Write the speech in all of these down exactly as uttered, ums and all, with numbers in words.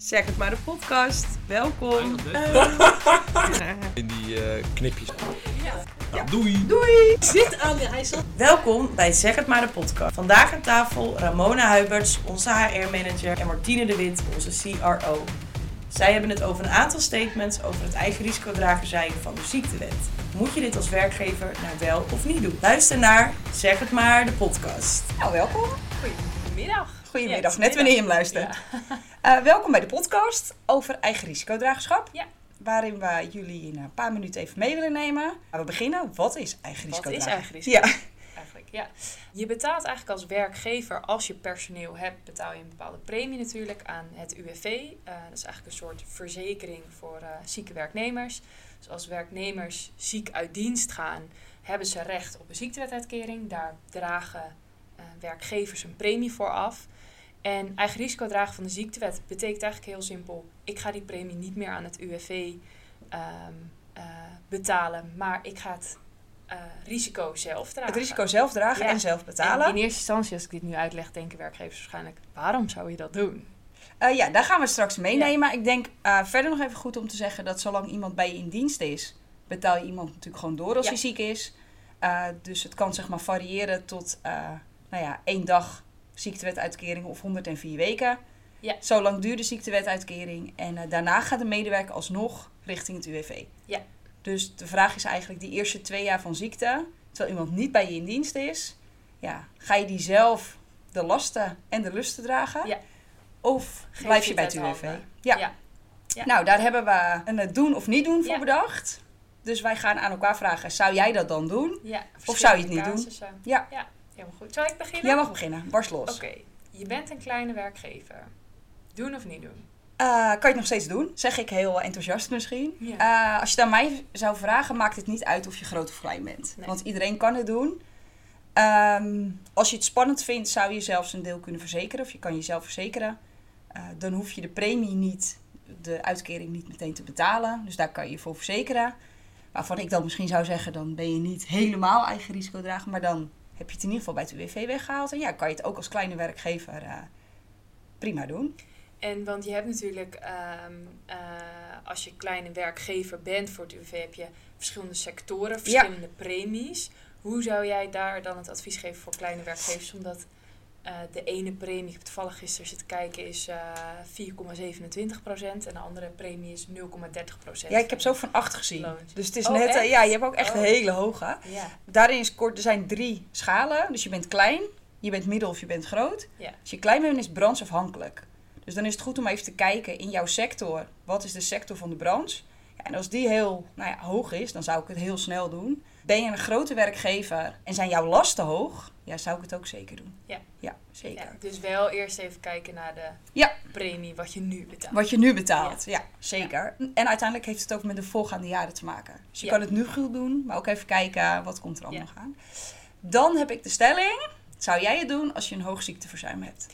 Zeg het maar, de podcast. Welkom. In die uh, knipjes. Ja. Ja. Doei. Doei. Zit aan de IJssel. Welkom bij Zeg het maar, de podcast. Vandaag aan tafel Ramona Huiberts, onze H R-manager, en Martine de Wit, onze C R O. Zij hebben het over een aantal statements over het eigen risicodrager zijn van de ziektewet. Moet je dit als werkgever nou wel of niet doen? Luister naar Zeg het maar, de podcast. Nou, welkom. Goedemiddag. Goedemiddag, Ja, net wanneer je hem luistert. Ja. Uh, welkom bij de podcast over eigen risicodragerschap. Ja. Waarin we jullie in een paar minuten even mee willen nemen. We beginnen. Wat is eigen risicodrager? Wat is eigen risico? Ja. Eigenlijk, ja. Je betaalt eigenlijk als werkgever, als je personeel hebt, betaal je een bepaalde premie natuurlijk aan het U W V. Uh, dat is eigenlijk een soort verzekering voor uh, zieke werknemers. Dus als werknemers ziek uit dienst gaan, hebben ze recht op een ziektewetuitkering. Daar dragen uh, werkgevers een premie voor af. En eigen risico dragen van de ziektewet betekent eigenlijk heel simpel: ik ga die premie niet meer aan het U W V um, uh, betalen, maar ik ga het uh, risico zelf dragen. Het risico zelf dragen ja. en zelf betalen. En in eerste instantie, als ik dit nu uitleg, denken werkgevers waarschijnlijk: waarom zou je dat doen? Uh, ja, daar gaan we straks meenemen. Ja. Ik denk uh, verder nog even goed om te zeggen dat zolang iemand bij je in dienst is, betaal je iemand natuurlijk gewoon door als ja. hij ziek is. Uh, dus het kan zeg maar variëren tot uh, nou ja, één dag ziektewetuitkering of honderdvier weken. Ja. Zo lang duurt de ziektewetuitkering. En uh, daarna gaat de medewerker alsnog richting het U W V. Ja. Dus de vraag is eigenlijk die eerste twee jaar van ziekte, terwijl iemand niet bij je in dienst is, ja, ga je die zelf de lasten en de lusten dragen? Ja. Of Geef blijf je het bij het uit U W V? handen. Ja. Ja. Ja. Nou, daar hebben we een doen of niet doen voor Ja. bedacht. Dus wij gaan aan elkaar vragen, zou jij dat dan doen? Ja, Of zou je het niet casussen. doen? Ja. Ja, helemaal goed. Zal ik beginnen? Jij mag beginnen, barst los. Oké, okay. Je bent een kleine werkgever. Doen of niet doen? Uh, kan je het nog steeds doen? Zeg ik heel enthousiast misschien. Ja. Uh, als je het aan mij zou vragen, maakt het niet uit of je groot of klein bent. Nee. Want iedereen kan het doen. Um, als je het spannend vindt, zou je zelfs een deel kunnen verzekeren. Of je kan jezelf verzekeren. Uh, dan hoef je de premie niet, de uitkering niet meteen te betalen. Dus daar kan je je voor verzekeren. Waarvan ik dan misschien zou zeggen, dan ben je niet helemaal eigen risicodrager. Maar dan heb je het in ieder geval bij het U W V weggehaald. En ja, kan je het ook als kleine werkgever uh, prima doen. En want je hebt natuurlijk, um, uh, als je kleine werkgever bent voor het U W V, heb je verschillende sectoren, verschillende ja. premies. Hoe zou jij daar dan het advies geven voor kleine werkgevers? Omdat uh, de ene premie, ik heb toevallig gisteren zitten kijken, is uh, vier komma zevenentwintig procent en de andere premie is nul komma dertig procent. Ja, ik heb zo van acht gezien. Loons. Dus het is oh, net, echt? ja, je hebt ook echt oh. een hele hoge. Ja. Daarin is kort, er zijn drie schalen. Dus je bent klein, je bent middel of je bent groot. Ja. Als je klein bent, is het brancheafhankelijk. Dus dan is het goed om even te kijken in jouw sector. Wat is de sector van de branche? Ja, en als die heel nou ja, hoog is, dan zou ik het heel snel doen. Ben je een grote werkgever en zijn jouw lasten hoog? Ja, zou ik het ook zeker doen. Ja, ja zeker. Ja, dus wel eerst even kijken naar de ja. premie, wat je nu betaalt. Wat je nu betaalt, ja, ja zeker. Ja. En uiteindelijk heeft het ook met de voorgaande jaren te maken. Dus je ja. kan het nu goed doen, maar ook even kijken wat komt er allemaal ja. aan. Dan heb ik de stelling, zou jij het doen als je een hoog ziekteverzuim hebt?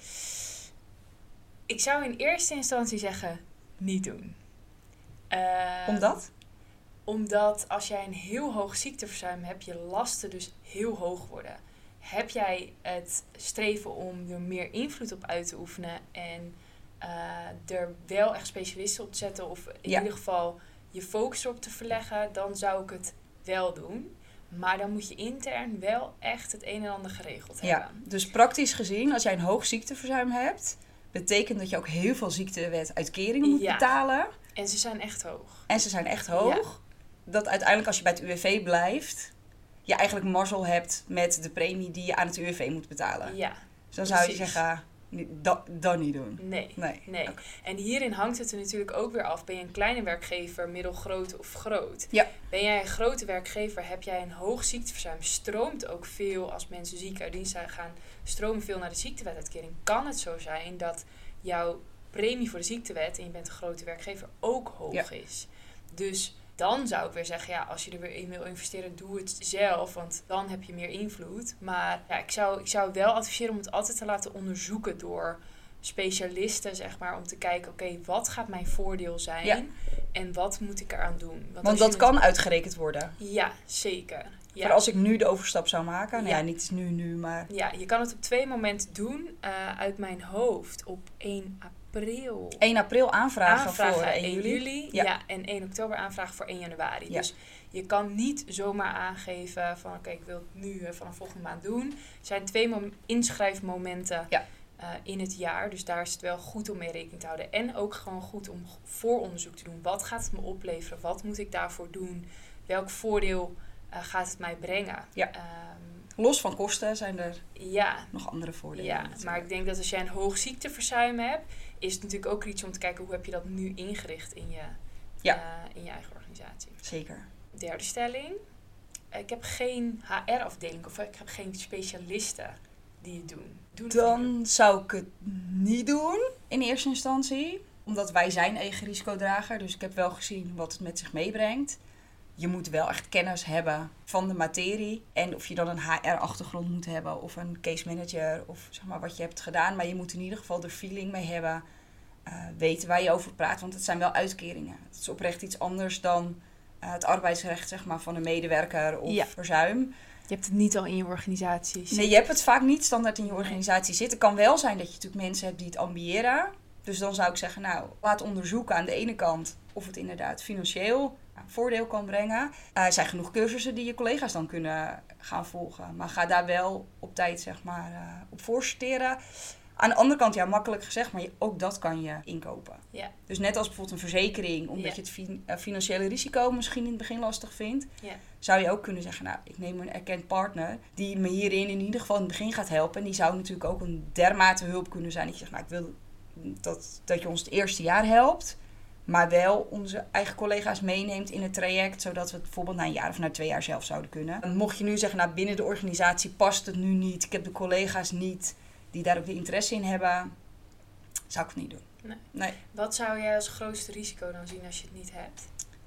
Ik zou in eerste instantie zeggen, niet doen. Uh, Omdat? Omdat als jij een heel hoog ziekteverzuim hebt, je lasten dus heel hoog worden. Heb jij het streven om er meer invloed op uit te oefenen en uh, er wel echt specialisten op te zetten of in ja. ieder geval je focus erop te verleggen, dan zou ik het wel doen. Maar dan moet je intern wel echt het een en ander geregeld hebben. Ja, dus praktisch gezien, als jij een hoog ziekteverzuim hebt, betekent dat je ook heel veel ziektewetuitkeringen moet ja. betalen. En ze zijn echt hoog. En ze zijn echt hoog. Ja. Dat uiteindelijk als je bij het U W V blijft, je eigenlijk mazzel hebt met de premie die je aan het U W V moet betalen. Ja, dus dan zou je zeggen, dat, dat niet doen. Nee, nee. nee. Okay. En hierin hangt het er natuurlijk ook weer af. Ben je een kleine werkgever, middelgroot of groot? Ja. Ben jij een grote werkgever, heb jij een hoog ziekteverzuim, stroomt ook veel, als mensen ziek uit dienst gaan, stromen veel naar de ziektewetuitkering. Kan het zo zijn dat jouw premie voor de ziektewet, en je bent een grote werkgever, ook hoog ja. is? Dus dan zou ik weer zeggen, ja, als je er weer in wil investeren, doe het zelf, want dan heb je meer invloed. Maar ja, ik zou, ik zou wel adviseren om het altijd te laten onderzoeken door specialisten, zeg maar, om te kijken, oké, okay, wat gaat mijn voordeel zijn ja. en wat moet ik eraan doen? Want, want dat kan het... uitgerekend worden. Ja, zeker. Ja. Maar als ik nu de overstap zou maken, nou ja. ja, niet nu, nu, maar... Ja, je kan het op twee momenten doen. Uh, uit mijn hoofd op één april april... één april aanvragen, aanvragen voor één één juli. juli. Ja. Ja. En één oktober aanvragen voor één januari. Ja. Dus je kan niet zomaar aangeven van oké, ik wil het nu uh, vanaf volgende maand doen. Er zijn twee mom- inschrijfmomenten Ja. uh, in het jaar. Dus daar is het wel goed om mee rekening te houden. En ook gewoon goed om vooronderzoek te doen. Wat gaat het me opleveren? Wat moet ik daarvoor doen? Welk voordeel uh, gaat het mij brengen? Ja. Um, Los van kosten zijn er ja, nog andere voordelen. ja, natuurlijk. maar ik denk dat als jij een hoog ziekteverzuim hebt, is het natuurlijk ook iets om te kijken hoe heb je dat nu ingericht in je, Ja. uh, in je eigen organisatie. Zeker. Derde stelling. Ik heb geen H R-afdeling of ik heb geen specialisten die het doen. Doe het niet. Dan zou ik het niet doen in eerste instantie. Omdat wij zijn eigen risicodrager. Dus ik heb wel gezien wat het met zich meebrengt. Je moet wel echt kennis hebben van de materie. En of je dan een H R-achtergrond moet hebben. Of een case manager. Of zeg maar wat je hebt gedaan. Maar je moet in ieder geval er feeling mee hebben. Uh, weten waar je over praat. Want het zijn wel uitkeringen. Het is oprecht iets anders dan uh, het arbeidsrecht zeg maar, van een medewerker of Ja. verzuim. Je hebt het niet al in je organisatie. Nee, je hebt het vaak niet standaard in je organisatie zitten. Het kan wel zijn dat je natuurlijk mensen hebt die het ambiëren. Dus dan zou ik zeggen, nou, laat onderzoeken aan de ene kant of het inderdaad financieel voordeel kan brengen. Uh, er zijn genoeg cursussen die je collega's dan kunnen gaan volgen. Maar ga daar wel op tijd zeg maar, uh, op voorsorteren. Aan de andere kant, ja, makkelijk gezegd, maar je, ook dat kan je inkopen. Ja. Dus net als bijvoorbeeld een verzekering, omdat Ja. je het fi- uh, financiële risico misschien in het begin lastig vindt, Ja. zou je ook kunnen zeggen, nou, ik neem een erkend partner die me hierin in ieder geval in het begin gaat helpen. En die zou natuurlijk ook een dermate hulp kunnen zijn dat je zegt, nou, ik wil dat, dat je ons het eerste jaar helpt, maar wel onze eigen collega's meeneemt in het traject, zodat we het bijvoorbeeld na een jaar of na twee jaar zelf zouden kunnen. En mocht je nu zeggen, nou, binnen de organisatie past het nu niet, ik heb de collega's niet die daar ook de interesse in hebben, zou ik het niet doen. Nee. Nee. Wat zou jij als grootste risico dan zien als je het niet hebt?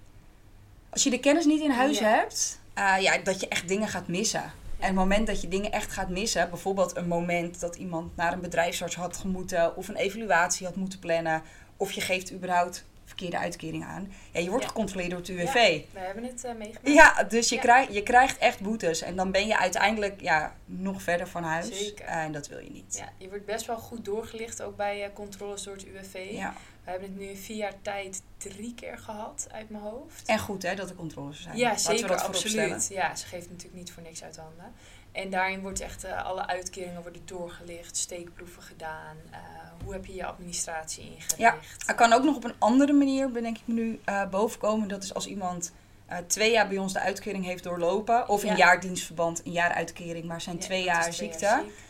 Als je de kennis niet in huis Ja. hebt, uh, ja, dat je echt dingen gaat missen. En het moment dat je dingen echt gaat missen, bijvoorbeeld een moment dat iemand naar een bedrijfsarts had gemoeten of een evaluatie had moeten plannen, of je geeft überhaupt verkeerde uitkering aan. Ja, je wordt Ja. gecontroleerd door het U W V. Ja, we hebben het uh, meegemaakt. Ja, dus je, Ja. Krijg, je krijgt echt boetes. En dan ben je uiteindelijk ja, nog verder van huis. Zeker. Uh, en dat wil je niet. Ja, je wordt best wel goed doorgelicht, ook bij uh, controles door het U W V. Ja. We hebben het nu in vier jaar tijd drie keer gehad uit mijn hoofd. En goed hè, dat er controles zijn. Ja, Laten we zeker, dat voorop stellen. absoluut. Ja, ze geeft natuurlijk niet voor niks uit handen. En daarin wordt echt uh, alle uitkeringen worden doorgelicht, steekproeven gedaan. Uh, hoe heb je je administratie ingericht? Ja, er kan ook nog op een andere manier, bedenk ik me nu, uh, bovenkomen. Dat is als iemand uh, twee jaar bij ons de uitkering heeft doorlopen. Of Ja. een jaar dienstverband, een jaar uitkering, maar zijn Ja, twee dat is jaar twee ziekte. jaar ziek.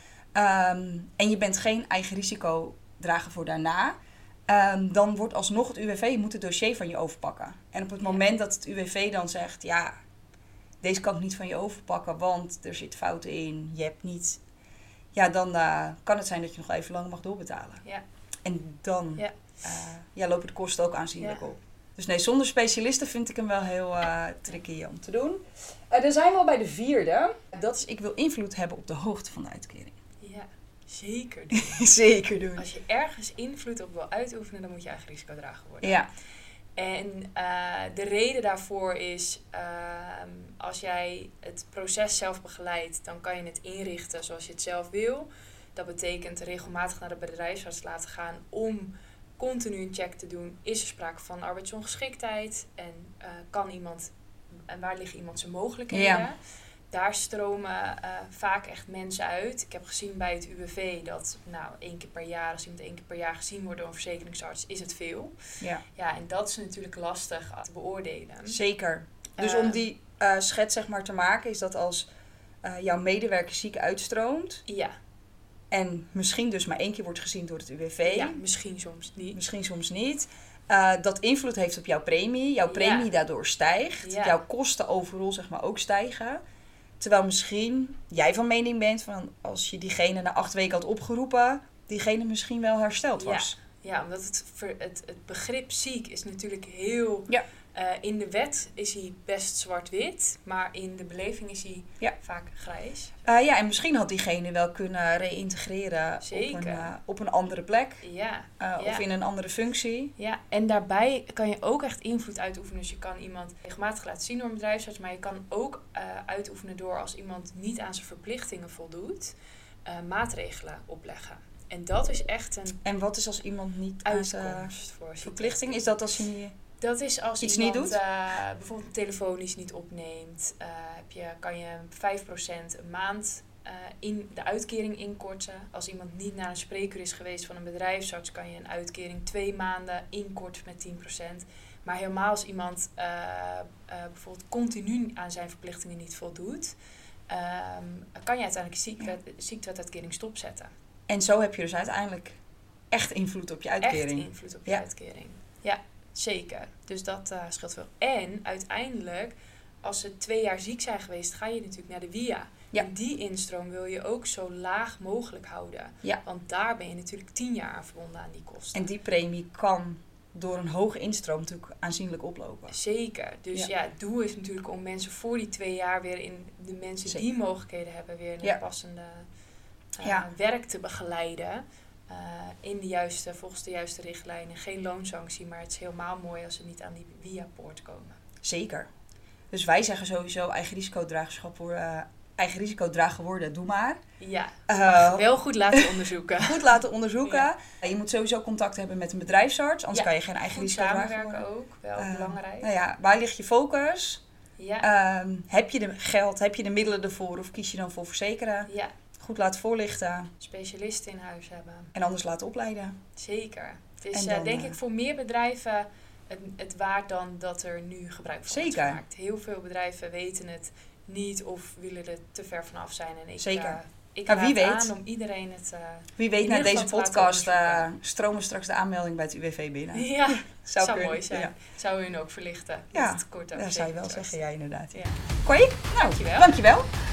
Um, en je bent geen eigen risicodrager voor daarna. Um, dan wordt alsnog het U W V, je moet het dossier van je overpakken. En op het Ja. moment dat het U W V dan zegt, ja, deze kan ik niet van je overpakken, want er zit fouten in, je hebt niet... Ja, dan uh, kan het zijn dat je nog even lang mag doorbetalen. Ja. En dan Ja. uh, ja, lopen de kosten ook aanzienlijk Ja. op. Dus nee, zonder specialisten vind ik hem wel heel uh, tricky om te doen. Uh, dan zijn we al bij de vierde. Dat is, ik wil invloed hebben op de hoogte van de uitkering. Ja, zeker doen. Zeker doen. Als je ergens invloed op wil uitoefenen, dan moet je eigen risicodrager worden. Ja, En uh, de reden daarvoor is, uh, als jij het proces zelf begeleidt, dan kan je het inrichten zoals je het zelf wil. Dat betekent regelmatig naar de bedrijfsarts laten gaan om continu een check te doen. Is er sprake van arbeidsongeschiktheid? En uh, kan iemand, en waar liggen iemand zijn mogelijkheden? Ja. Daar stromen uh, vaak echt mensen uit. Ik heb gezien bij het U W V dat nou, één keer per jaar, als iemand één keer per jaar gezien wordt door een verzekeringsarts, is het veel. ja. Ja, en dat is natuurlijk lastig te beoordelen. Zeker. Dus Uh, om die uh, schets zeg maar te maken, is dat als uh, jouw medewerker ziek uitstroomt Ja, en misschien dus maar één keer wordt gezien door het U W V, ja, misschien soms niet. misschien soms niet, uh, dat invloed heeft op jouw premie. Jouw premie Ja. daardoor stijgt. Ja. Jouw kosten overal zeg maar ook stijgen. Terwijl misschien jij van mening bent van als je diegene na acht weken had opgeroepen, diegene misschien wel hersteld was. Ja, omdat het, ver, het, het begrip ziek is natuurlijk heel... Ja. Uh, in de wet is hij best zwart-wit, maar in de beleving is hij Ja. vaak grijs. Uh, ja, en misschien had diegene wel kunnen reïntegreren op Zeker. een, uh, op een andere plek. Ja, Uh, ja. Of in een andere functie. Ja, en daarbij kan je ook echt invloed uitoefenen. Dus je kan iemand regelmatig laten zien door een bedrijfsarts, maar je kan ook uh, uitoefenen door als iemand niet aan zijn verplichtingen voldoet, uh, maatregelen opleggen. En dat is echt een En wat is als iemand niet aan zijn uitkomst voor verplichting? Is dat als je niet... Dat is als Iets iemand niet doet? eh, bijvoorbeeld telefonisch niet opneemt. eh, heb je, kan je vijf procent een maand uh, in de uitkering inkorten. Als iemand niet naar een spreekuur is geweest van een bedrijfsarts, kan je een uitkering twee maanden inkorten met tien procent. Maar helemaal als iemand uh, uh, bijvoorbeeld continu aan zijn verplichtingen niet voldoet, um, kan je uiteindelijk ziekwet, ziektewetsuitkering stopzetten. En zo heb je dus uiteindelijk echt invloed op je uitkering. Echt invloed op je Ja. uitkering. Ja, zeker. Dus dat uh, scheelt veel. En uiteindelijk, als ze twee jaar ziek zijn geweest, ga je natuurlijk naar de W I A. Ja. En die instroom wil je ook zo laag mogelijk houden. Ja. Want daar ben je natuurlijk tien jaar aan verbonden aan die kosten. En die premie kan door een hoge instroom natuurlijk aanzienlijk oplopen. Zeker. Dus ja. ja, het doel is natuurlijk om mensen voor die twee jaar weer in de mensen Zeker. die mogelijkheden hebben weer in Ja. het passende uh, Ja. werk te begeleiden. Uh, in de juiste, volgens de juiste richtlijnen. Geen loonsanctie, maar het is helemaal mooi als ze niet aan die W I A-poort komen. Zeker. Dus wij zeggen sowieso eigen risicodragerschap voor uh, eigen risicodrager worden, doe maar. Ja, Uh, mag wel goed laten onderzoeken. Goed laten onderzoeken. Ja. Je moet sowieso contact hebben met een bedrijfsarts, anders Ja. kan je geen eigen Goed risicodrager samenwerken worden. ook, wel Uh, belangrijk. Nou ja, waar ligt je focus? Ja, Uh, heb je de geld, heb je de middelen ervoor of kies je dan voor verzekeren? ja, Goed laten voorlichten specialisten in huis hebben. en anders laten opleiden. Zeker. Het is En uh, dan, denk uh, ik voor meer bedrijven het, het waard dan dat er nu gebruik van wordt Zeker. gemaakt. Heel veel bedrijven weten het niet of willen er te ver vanaf zijn. En ik, Zeker. Uh, ik Maar raad wie weet. aan om iedereen het... Uh, Wie weet, in na ieder deze geval te podcast laten uh, onderzoeken. stromen straks de aanmelding bij het U W V binnen. ja, zou, kunnen. mooi zijn. Ja, Zou hun ook verlichten. Ja, met het kort dat zou je wel zeggen, ja inderdaad. Ja. Corrie, nou, Dankjewel. dankjewel.